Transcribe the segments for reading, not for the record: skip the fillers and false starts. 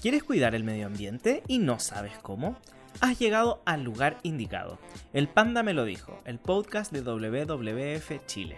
¿Quieres cuidar el medio ambiente y no sabes cómo? Has llegado al lugar indicado. El Panda me lo dijo, el podcast de WWF Chile.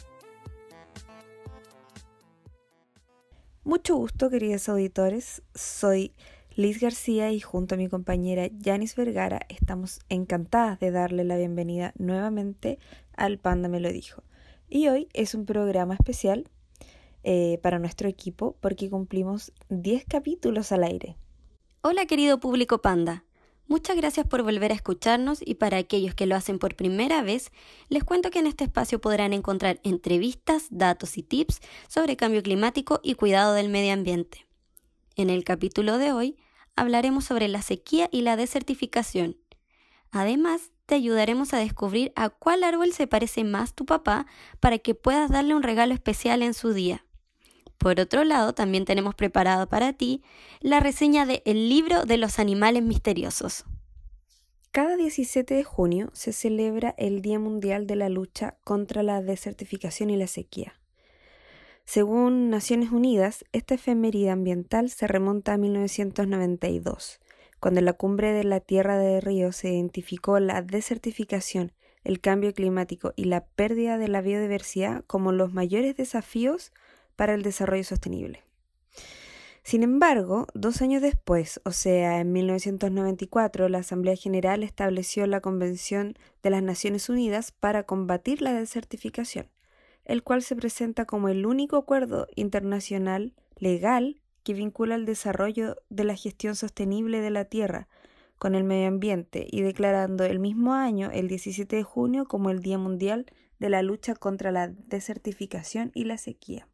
Mucho gusto, queridos auditores. Soy Liz García y junto a mi compañera Yanis Vergara estamos encantadas de darle la bienvenida nuevamente al Panda me lo dijo. Y hoy es un programa especial para nuestro equipo porque cumplimos 10 capítulos al aire. Hola querido público Panda, muchas gracias por volver a escucharnos y para aquellos que lo hacen por primera vez, les cuento que en este espacio podrán encontrar entrevistas, datos y tips sobre cambio climático y cuidado del medio ambiente. En el capítulo de hoy hablaremos sobre la sequía y la desertificación. Además, te ayudaremos a descubrir a cuál árbol se parece más tu papá para que puedas darle un regalo especial en su día. Por otro lado, también tenemos preparado para ti la reseña de El libro de los animales misteriosos. Cada 17 de junio se celebra el Día Mundial de la Lucha contra la Desertificación y la Sequía. Según Naciones Unidas, esta efeméride ambiental se remonta a 1992, cuando en la Cumbre de la Tierra de Río se identificó la desertificación, el cambio climático y la pérdida de la biodiversidad como los mayores desafíos para el desarrollo sostenible. Sin embargo, 2 años después, o sea, en 1994, la Asamblea General estableció la Convención de las Naciones Unidas para combatir la desertificación, el cual se presenta como el único acuerdo internacional legal que vincula el desarrollo de la gestión sostenible de la tierra con el medio ambiente y declarando el mismo año, el 17 de junio, como el Día Mundial de la Lucha contra la Desertificación y la Sequía.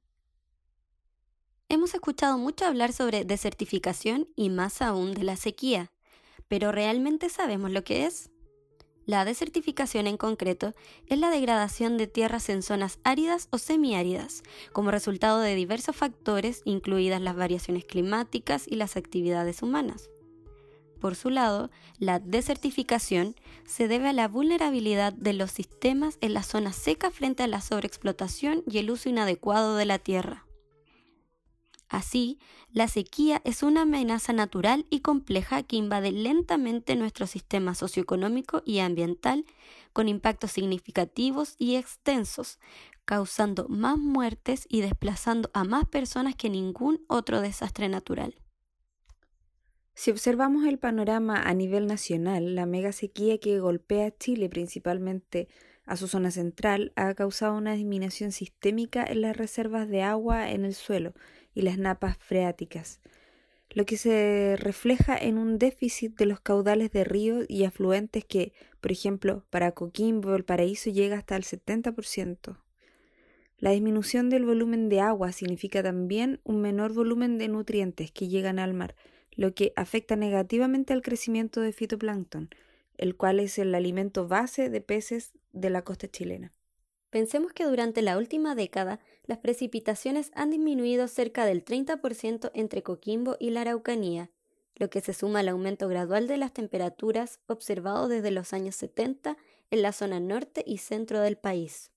Hemos escuchado mucho hablar sobre desertificación y más aún de la sequía, pero ¿realmente sabemos lo que es? La desertificación en concreto es la degradación de tierras en zonas áridas o semiáridas, como resultado de diversos factores, incluidas las variaciones climáticas y las actividades humanas. Por su lado, la desertificación se debe a la vulnerabilidad de los sistemas en las zonas secas frente a la sobreexplotación y el uso inadecuado de la tierra. Así, la sequía es una amenaza natural y compleja que invade lentamente nuestro sistema socioeconómico y ambiental con impactos significativos y extensos, causando más muertes y desplazando a más personas que ningún otro desastre natural. Si observamos el panorama a nivel nacional, la mega sequía que golpea a Chile, principalmente a su zona central, ha causado una disminución sistémica en las reservas de agua en el suelo y las napas freáticas, lo que se refleja en un déficit de los caudales de ríos y afluentes que, por ejemplo, para Coquimbo o Valparaíso llega hasta el 70%. La disminución del volumen de agua significa también un menor volumen de nutrientes que llegan al mar, lo que afecta negativamente al crecimiento de fitoplancton, el cual es el alimento base de peces de la costa chilena. Pensemos que durante la última década, las precipitaciones han disminuido cerca del 30% entre Coquimbo y la Araucanía, lo que se suma al aumento gradual de las temperaturas observado desde los años 70 en la zona norte y centro del país.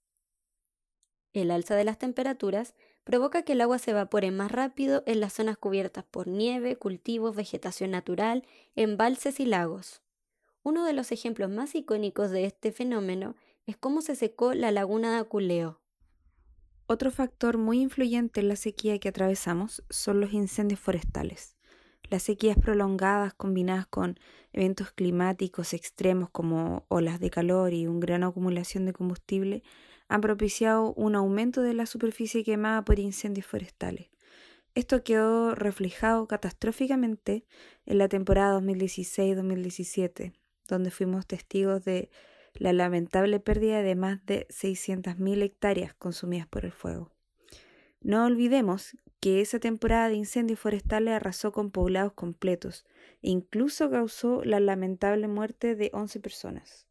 El alza de las temperaturas provoca que el agua se evapore más rápido en las zonas cubiertas por nieve, cultivos, vegetación natural, embalses y lagos. Uno de los ejemplos más icónicos de este fenómeno es cómo se secó la laguna de Aculeo. Otro factor muy influyente en la sequía que atravesamos son los incendios forestales. Las sequías prolongadas combinadas con eventos climáticos extremos como olas de calor y una gran acumulación de combustible han propiciado un aumento de la superficie quemada por incendios forestales. Esto quedó reflejado catastróficamente en la temporada 2016-2017, donde fuimos testigos de la lamentable pérdida de más de 600.000 hectáreas consumidas por el fuego. No olvidemos que esa temporada de incendios forestales arrasó con poblados completos e incluso causó la lamentable muerte de 11 personas.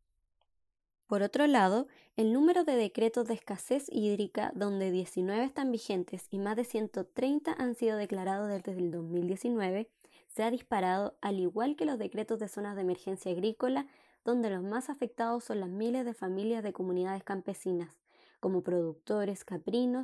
Por otro lado, el número de decretos de escasez hídrica, donde 19 están vigentes y más de 130 han sido declarados desde el 2019, se ha disparado, al igual que los decretos de zonas de emergencia agrícola, donde los más afectados son las miles de familias de comunidades campesinas, como productores, caprinos,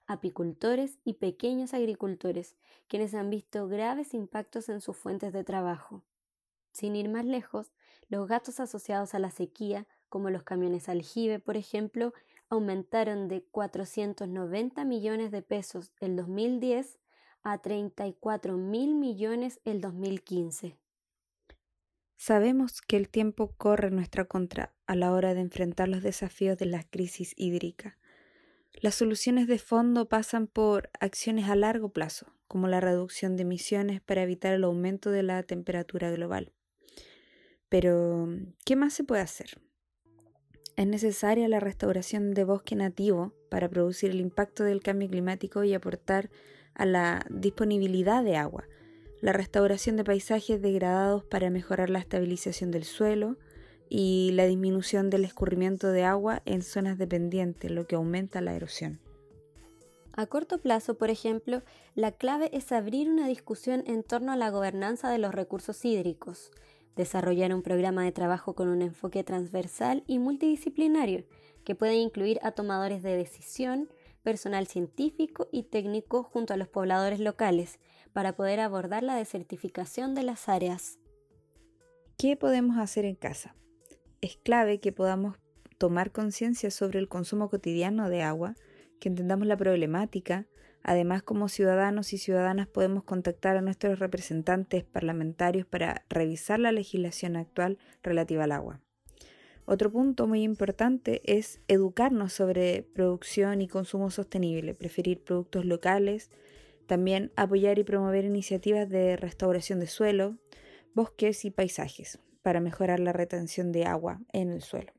apicultores y pequeños agricultores, quienes han visto graves impactos en sus fuentes de trabajo. Sin ir más lejos, los gastos asociados a la sequía, como los camiones aljibe, por ejemplo, aumentaron de 490 millones de pesos el 2010 a 34.000 millones el 2015. Sabemos que el tiempo corre en nuestra contra a la hora de enfrentar los desafíos de la crisis hídrica. Las soluciones de fondo pasan por acciones a largo plazo, como la reducción de emisiones para evitar el aumento de la temperatura global. Pero, ¿qué más se puede hacer? Es necesaria la restauración de bosque nativo para producir el impacto del cambio climático y aportar a la disponibilidad de agua, la restauración de paisajes degradados para mejorar la estabilización del suelo y la disminución del escurrimiento de agua en zonas dependientes, lo que aumenta la erosión. A corto plazo, por ejemplo, la clave es abrir una discusión en torno a la gobernanza de los recursos hídricos, desarrollar un programa de trabajo con un enfoque transversal y multidisciplinario que puede incluir a tomadores de decisión, personal científico y técnico junto a los pobladores locales para poder abordar la desertificación de las áreas. ¿Qué podemos hacer en casa? Es clave que podamos tomar conciencia sobre el consumo cotidiano de agua, que entendamos la problemática. Además, como ciudadanos y ciudadanas podemos contactar a nuestros representantes parlamentarios para revisar la legislación actual relativa al agua. Otro punto muy importante es educarnos sobre producción y consumo sostenible, preferir productos locales, también apoyar y promover iniciativas de restauración de suelo, bosques y paisajes para mejorar la retención de agua en el suelo.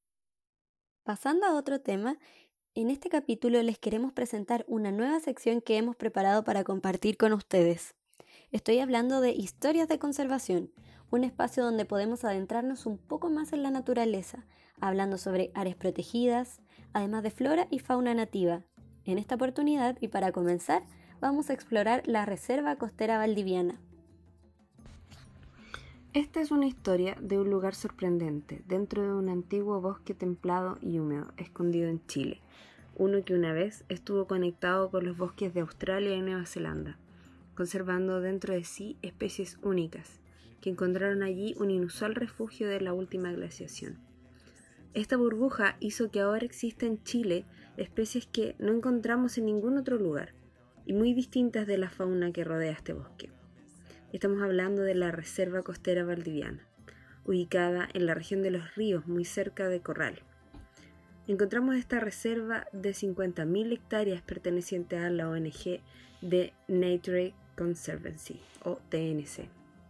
Pasando a otro tema, en este capítulo les queremos presentar una nueva sección que hemos preparado para compartir con ustedes. Estoy hablando de Historias de Conservación, un espacio donde podemos adentrarnos un poco más en la naturaleza, hablando sobre áreas protegidas, además de flora y fauna nativa. En esta oportunidad, y para comenzar, vamos a explorar la Reserva Costera Valdiviana. Esta es una historia de un lugar sorprendente, dentro de un antiguo bosque templado y húmedo, escondido en Chile. Uno que una vez estuvo conectado con los bosques de Australia y Nueva Zelanda, conservando dentro de sí especies únicas, que encontraron allí un inusual refugio de la última glaciación. Esta burbuja hizo que ahora exista en Chile especies que no encontramos en ningún otro lugar, y muy distintas de la fauna que rodea este bosque. Estamos hablando de la Reserva Costera Valdiviana, ubicada en la región de Los Ríos, muy cerca de Corral. Encontramos esta reserva de 50.000 hectáreas perteneciente a la ONG The Nature Conservancy, o TNC.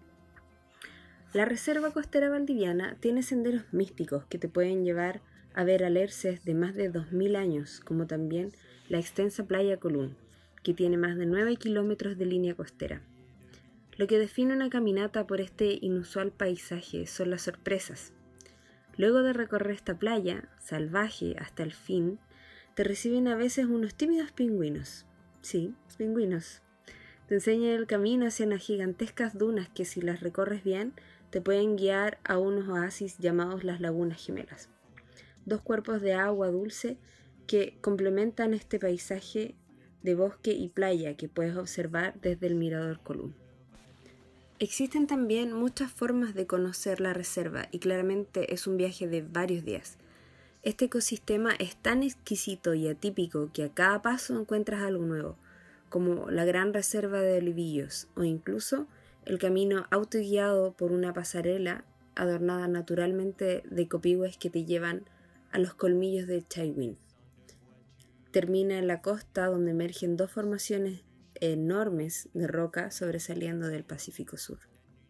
La Reserva Costera Valdiviana tiene senderos místicos que te pueden llevar a ver alerces de más de 2.000 años, como también la extensa playa Colún, que tiene más de 9 kilómetros de línea costera. Lo que define una caminata por este inusual paisaje son las sorpresas. Luego de recorrer esta playa, salvaje hasta el fin, te reciben a veces unos tímidos pingüinos. Sí, pingüinos. Te enseñan el camino hacia unas gigantescas dunas que, si las recorres bien, te pueden guiar a unos oasis llamados las Lagunas Gemelas. Dos cuerpos de agua dulce que complementan este paisaje de bosque y playa que puedes observar desde el Mirador Colún. Existen también muchas formas de conocer la reserva y claramente es un viaje de varios días. Este ecosistema es tan exquisito y atípico que a cada paso encuentras algo nuevo, como la gran reserva de Olivillos o incluso el camino autoguiado por una pasarela adornada naturalmente de copihue que te llevan a los colmillos de Chaiwin. Termina en la costa donde emergen dos formaciones enormes de roca sobresaliendo del Pacífico Sur.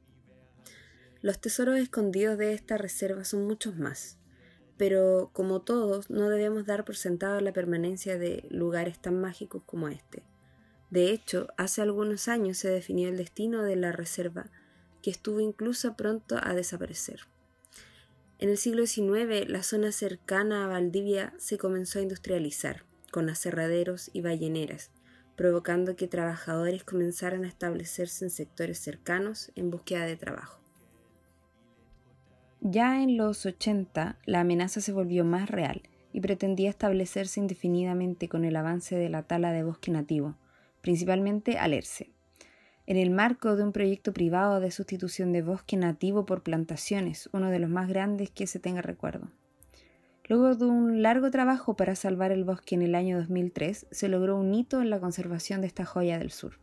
Los tesoros escondidos de esta reserva son muchos más, pero como todos no debemos dar por sentado la permanencia de lugares tan mágicos como este. De hecho, hace algunos años se definió el destino de la reserva, que estuvo incluso pronto a desaparecer. En el siglo XIX, la zona cercana a Valdivia se comenzó a industrializar, con aserraderos y balleneras, provocando que trabajadores comenzaran a establecerse en sectores cercanos en búsqueda de trabajo. Ya en los 80, la amenaza se volvió más real, y pretendía establecerse indefinidamente con el avance de la tala de bosque nativo, principalmente Alerce, en el marco de un proyecto privado de sustitución de bosque nativo por plantaciones, uno de los más grandes que se tenga recuerdo. Luego de un largo trabajo para salvar el bosque en el año 2003, se logró un hito en la conservación de esta joya del sur.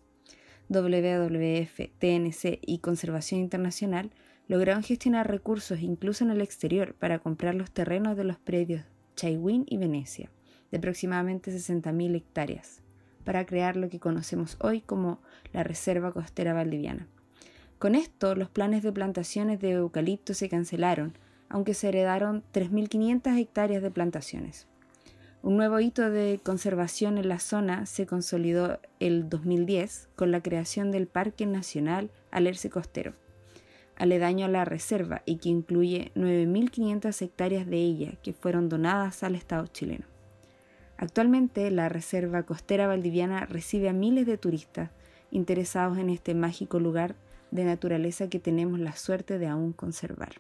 WWF, TNC y Conservación Internacional lograron gestionar recursos incluso en el exterior para comprar los terrenos de los predios Chaiwin y Venecia, de aproximadamente 60.000 hectáreas, para crear lo que conocemos hoy como la Reserva Costera Valdiviana. Con esto, los planes de plantaciones de eucalipto se cancelaron, aunque se heredaron 3.500 hectáreas de plantaciones. Un nuevo hito de conservación en la zona se consolidó el 2010 con la creación del Parque Nacional Alerce Costero, aledaño a la reserva y que incluye 9.500 hectáreas de ella que fueron donadas al Estado chileno. Actualmente, la Reserva Costera Valdiviana recibe a miles de turistas interesados en este mágico lugar de naturaleza que tenemos la suerte de aún conservar.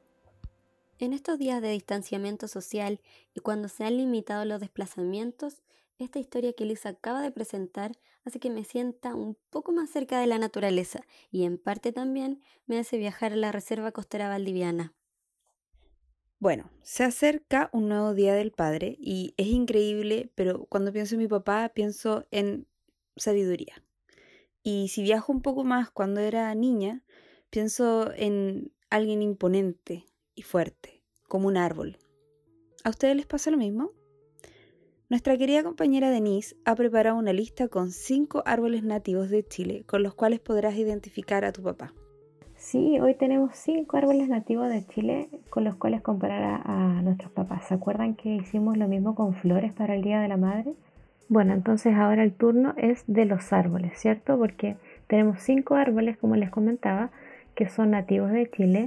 En estos días de distanciamiento social y cuando se han limitado los desplazamientos, esta historia que Lisa acaba de presentar hace que me sienta un poco más cerca de la naturaleza y en parte también me hace viajar a la Reserva Costera Valdiviana. Bueno, se acerca un nuevo Día del Padre y es increíble, pero cuando pienso en mi papá pienso en sabiduría. Y si viajo un poco más cuando era niña, pienso en alguien imponente y fuerte, como un árbol. ¿A ustedes les pasa lo mismo? Nuestra querida compañera Denise ha preparado una lista con 5 árboles nativos de Chile con los cuales podrás identificar a tu papá. Sí, hoy tenemos 5 árboles nativos de Chile con los cuales comparar a nuestros papás. ¿Se acuerdan que hicimos lo mismo con flores para el Día de la Madre? Bueno, entonces ahora el turno es de los árboles, ¿cierto? Porque tenemos 5 árboles, como les comentaba, que son nativos de Chile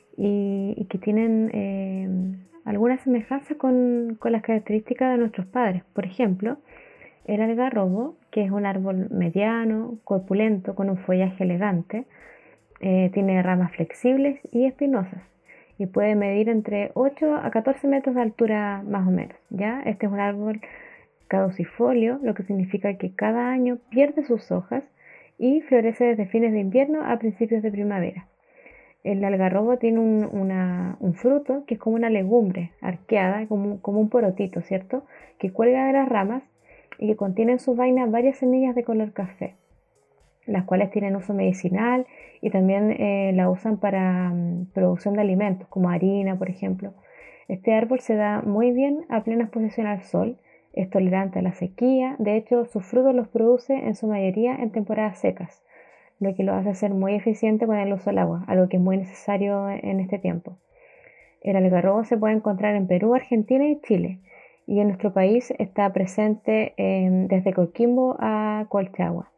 y que tienen algunas semejanzas con las características de nuestros padres. Por ejemplo, el algarrobo, que es un árbol mediano, corpulento, con un follaje elegante, tiene ramas flexibles y espinosas y puede medir entre 8 a 14 metros de altura más o menos, ¿ya? Este es un árbol caducifolio, lo que significa que cada año pierde sus hojas y florece desde fines de invierno a principios de primavera. El algarrobo tiene un fruto que es como una legumbre arqueada, como un porotito, ¿cierto? Que cuelga de las ramas y que contiene en sus vainas varias semillas de color café, las cuales tienen uso medicinal y también la usan para producción de alimentos, como harina, por ejemplo. Este árbol se da muy bien a plena exposición al sol, es tolerante a la sequía, de hecho sus frutos los produce en su mayoría en temporadas secas, lo que lo hace ser muy eficiente con el uso del agua, algo que es muy necesario en este tiempo. El algarrobo se puede encontrar en Perú, Argentina y Chile, y en nuestro país está presente desde Coquimbo a Colchagua.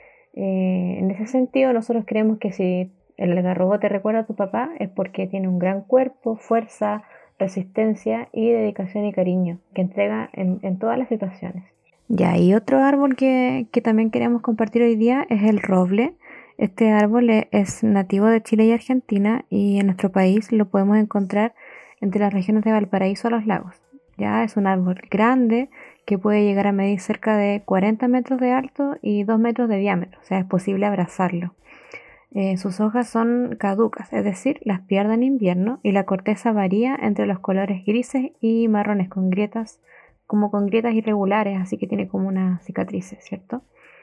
En ese sentido, nosotros creemos que si el algarrobo te recuerda a tu papá es porque tiene un gran cuerpo, fuerza, resistencia y dedicación y cariño que entrega en todas las situaciones. Ya, y otro árbol que también queremos compartir hoy día es el roble. Este árbol es nativo de Chile y Argentina y en nuestro país lo podemos encontrar entre las regiones de Valparaíso a los lagos. Ya es un árbol grande que puede llegar a medir cerca de 40 metros de alto y 2 metros de diámetro, o sea, es posible abrazarlo. Sus hojas son caducas, es decir, las pierde en invierno y la corteza varía entre los colores grises y marrones con grietas irregulares, así que tiene como unas cicatrices, ¿cierto?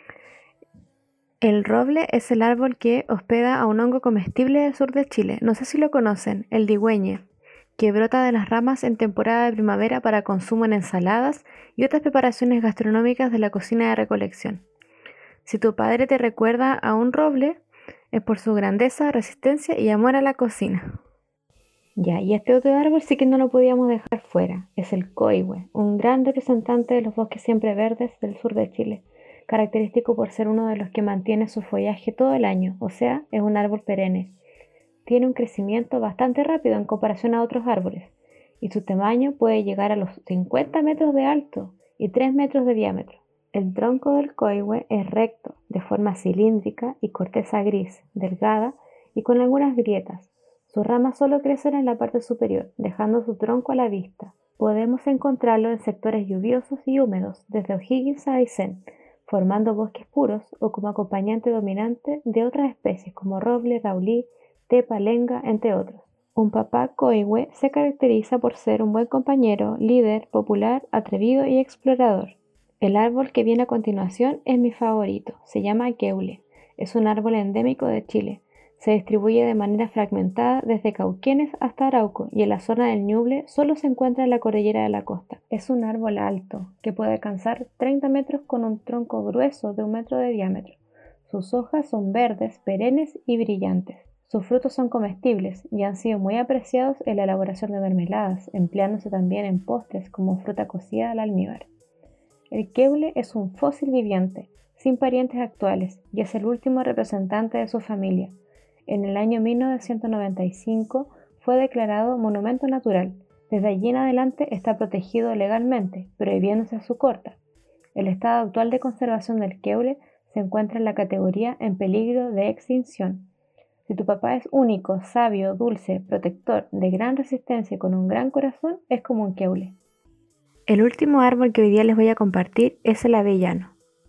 El roble es el árbol que hospeda a un hongo comestible del sur de Chile. No sé si lo conocen, el digüeñe, que brota de las ramas en temporada de primavera para consumo en ensaladas y otras preparaciones gastronómicas de la cocina de recolección. Si tu padre te recuerda a un roble, es por su grandeza, resistencia y amor a la cocina. Ya, y este otro árbol sí que no lo podíamos dejar fuera, es el coihue, un gran representante de los bosques siempre verdes del sur de Chile, característico por ser uno de los que mantiene su follaje todo el año, o sea, es un árbol perenne. Tiene un crecimiento bastante rápido en comparación a otros árboles, y su tamaño puede llegar a los 50 metros de alto y 3 metros de diámetro. El tronco del coihue es recto, de forma cilíndrica y corteza gris, delgada y con algunas grietas. Sus ramas solo crecen en la parte superior, dejando su tronco a la vista, Podemos encontrarlo en sectores lluviosos y húmedos, desde O'Higgins a Aysén, formando bosques puros o como acompañante dominante de otras especies como roble, raulí, tepa, lenga, entre otros. Un papá coihue se caracteriza por ser un buen compañero, líder, popular, atrevido y explorador. El árbol que viene a continuación es mi favorito, se llama Keule. Es un árbol endémico de Chile. Se distribuye de manera fragmentada desde Cauquenes hasta Arauco y en la zona del Ñuble solo se encuentra en la cordillera de la costa. Es un árbol alto que puede alcanzar 30 metros con un tronco grueso de 1 metro de diámetro. Sus hojas son verdes, perennes y brillantes. Sus frutos son comestibles y han sido muy apreciados en la elaboración de mermeladas, empleándose también en postres como fruta cocida al almíbar. El Keule es un fósil viviente, sin parientes actuales, y es el último representante de su familia. En el año 1995 fue declarado monumento natural. Desde allí en adelante está protegido legalmente, prohibiéndose su corta. El estado actual de conservación del Keule se encuentra en la categoría en peligro de extinción. Si tu papá es único, sabio, dulce, protector, de gran resistencia y con un gran corazón, es como un Keule. El último árbol que hoy día les voy a compartir es el avellano.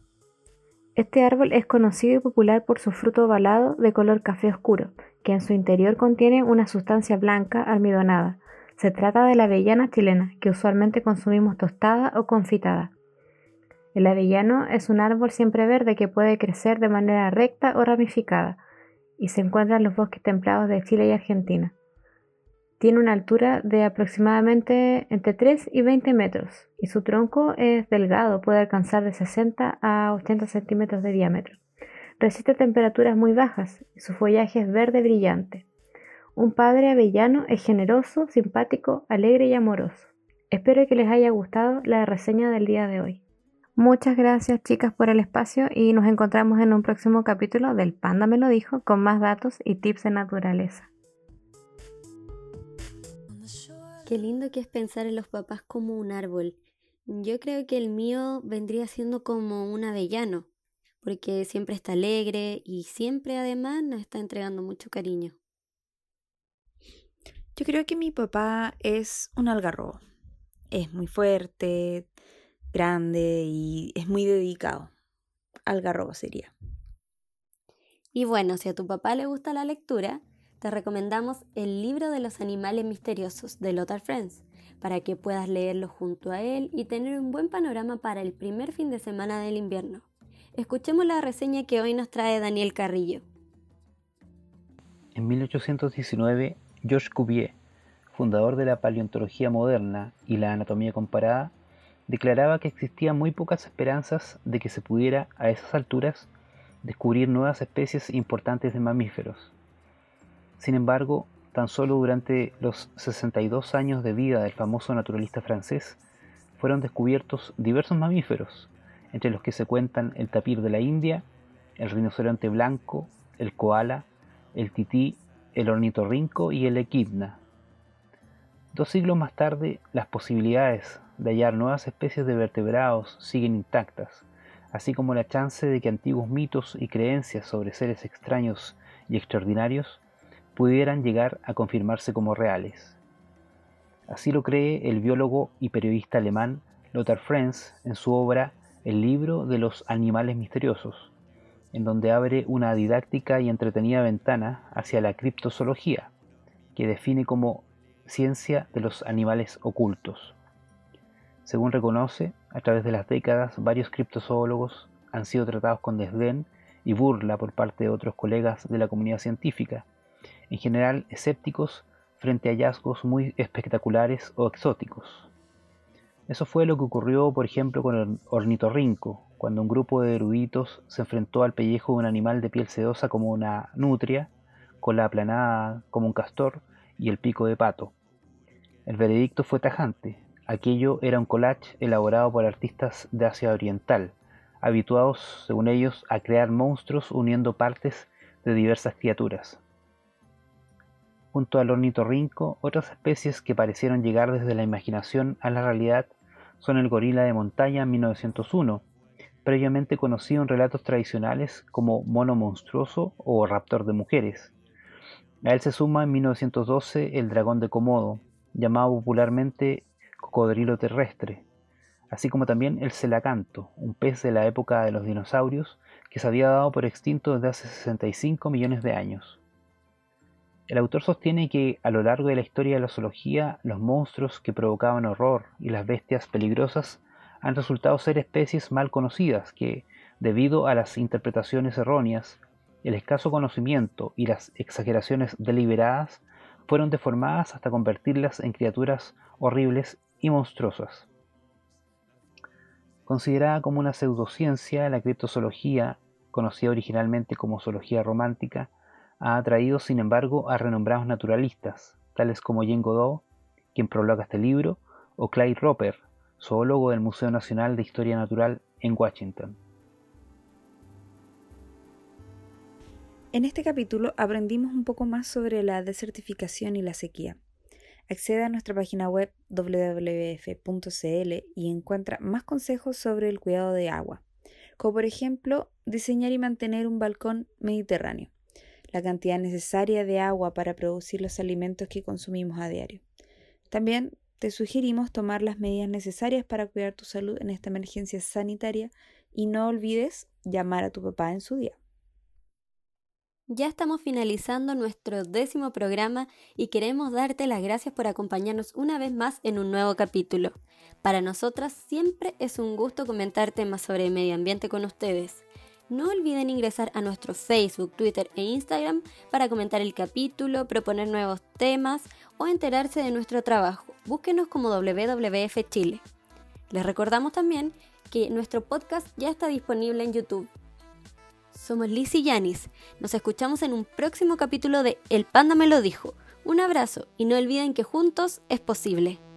Este árbol es conocido y popular por su fruto ovalado de color café oscuro, que en su interior contiene una sustancia blanca almidonada. Se trata de la avellana chilena, que usualmente consumimos tostada o confitada. El avellano es un árbol siempreverde que puede crecer de manera recta o ramificada, y se encuentra en los bosques templados de Chile y Argentina. Tiene una altura de aproximadamente entre 3 y 20 metros y su tronco es delgado, puede alcanzar de 60 a 80 centímetros de diámetro. Resiste temperaturas muy bajas y su follaje es verde brillante. Un padre avellano es generoso, simpático, alegre y amoroso. Espero que les haya gustado la reseña del día de hoy. Muchas gracias, chicas, por el espacio y nos encontramos en un próximo capítulo del Panda me lo dijo con más datos y tips de naturaleza. Qué lindo que es pensar en los papás como un árbol. Yo creo que el mío vendría siendo como un avellano, porque siempre está alegre y siempre además nos está entregando mucho cariño. Yo creo que mi papá es un algarrobo. Es muy fuerte, grande y es muy dedicado. Algarrobo sería. Y bueno, si a tu papá le gusta la lectura, te recomendamos el libro de los animales misteriosos de Lothar Franz, para que puedas leerlo junto a él y tener un buen panorama para el primer fin de semana del invierno. Escuchemos la reseña que hoy nos trae Daniel Carrillo. En 1819, Georges Cuvier, fundador de la paleontología moderna y la anatomía comparada, declaraba que existían muy pocas esperanzas de que se pudiera, a esas alturas, descubrir nuevas especies importantes de mamíferos. Sin embargo, tan solo durante los 62 años de vida del famoso naturalista francés, fueron descubiertos diversos mamíferos, entre los que se cuentan el tapir de la India, el rinoceronte blanco, el koala, el tití, el ornitorrinco y el equidna. 2 siglos más tarde, las posibilidades de hallar nuevas especies de vertebrados siguen intactas, así como la chance de que antiguos mitos y creencias sobre seres extraños y extraordinarios pudieran llegar a confirmarse como reales. Así lo cree el biólogo y periodista alemán Lothar Franz en su obra El libro de los animales misteriosos, en donde abre una didáctica y entretenida ventana hacia la criptozoología, que define como ciencia de los animales ocultos. Según reconoce, a través de las décadas varios criptozoólogos han sido tratados con desdén y burla por parte de otros colegas de la comunidad científica, en general escépticos frente a hallazgos muy espectaculares o exóticos. Eso fue lo que ocurrió, por ejemplo, con el ornitorrinco, cuando un grupo de eruditos se enfrentó al pellejo de un animal de piel sedosa como una nutria, con la aplanada como un castor y el pico de pato. El veredicto fue tajante. Aquello era un collage elaborado por artistas de Asia Oriental, habituados, según ellos, a crear monstruos uniendo partes de diversas criaturas. Junto al ornitorrinco, otras especies que parecieron llegar desde la imaginación a la realidad son el gorila de montaña 1901, previamente conocido en relatos tradicionales como mono monstruoso o raptor de mujeres. A él se suma en 1912 el dragón de Komodo, llamado popularmente cocodrilo terrestre, así como también el celacanto, un pez de la época de los dinosaurios que se había dado por extinto desde hace 65 millones de años. El autor sostiene que a lo largo de la historia de la zoología, los monstruos que provocaban horror y las bestias peligrosas han resultado ser especies mal conocidas que, debido a las interpretaciones erróneas, el escaso conocimiento y las exageraciones deliberadas, fueron deformadas hasta convertirlas en criaturas horribles y monstruosas. Considerada como una pseudociencia, la criptozoología, conocida originalmente como zoología romántica, ha atraído sin embargo a renombrados naturalistas, tales como Jane Goodall, quien prologa este libro, o Clyde Roper, zoólogo del Museo Nacional de Historia Natural en Washington. En este capítulo aprendimos un poco más sobre la desertificación y la sequía. Accede a nuestra página web www.cl y encuentra más consejos sobre el cuidado de agua, como por ejemplo diseñar y mantener un balcón mediterráneo, la cantidad necesaria de agua para producir los alimentos que consumimos a diario. También te sugerimos tomar las medidas necesarias para cuidar tu salud en esta emergencia sanitaria y no olvides llamar a tu papá en su día. Ya estamos finalizando nuestro 10º programa y queremos darte las gracias por acompañarnos una vez más en un nuevo capítulo. Para nosotras siempre es un gusto comentar temas sobre el medio ambiente con ustedes. No olviden ingresar a nuestro Facebook, Twitter e Instagram para comentar el capítulo, proponer nuevos temas o enterarse de nuestro trabajo. Búsquenos como WWF Chile. Les recordamos también que nuestro podcast ya está disponible en YouTube. Somos Liz y Yanis. Nos escuchamos en un próximo capítulo de El Panda me lo dijo. Un abrazo y no olviden que juntos es posible.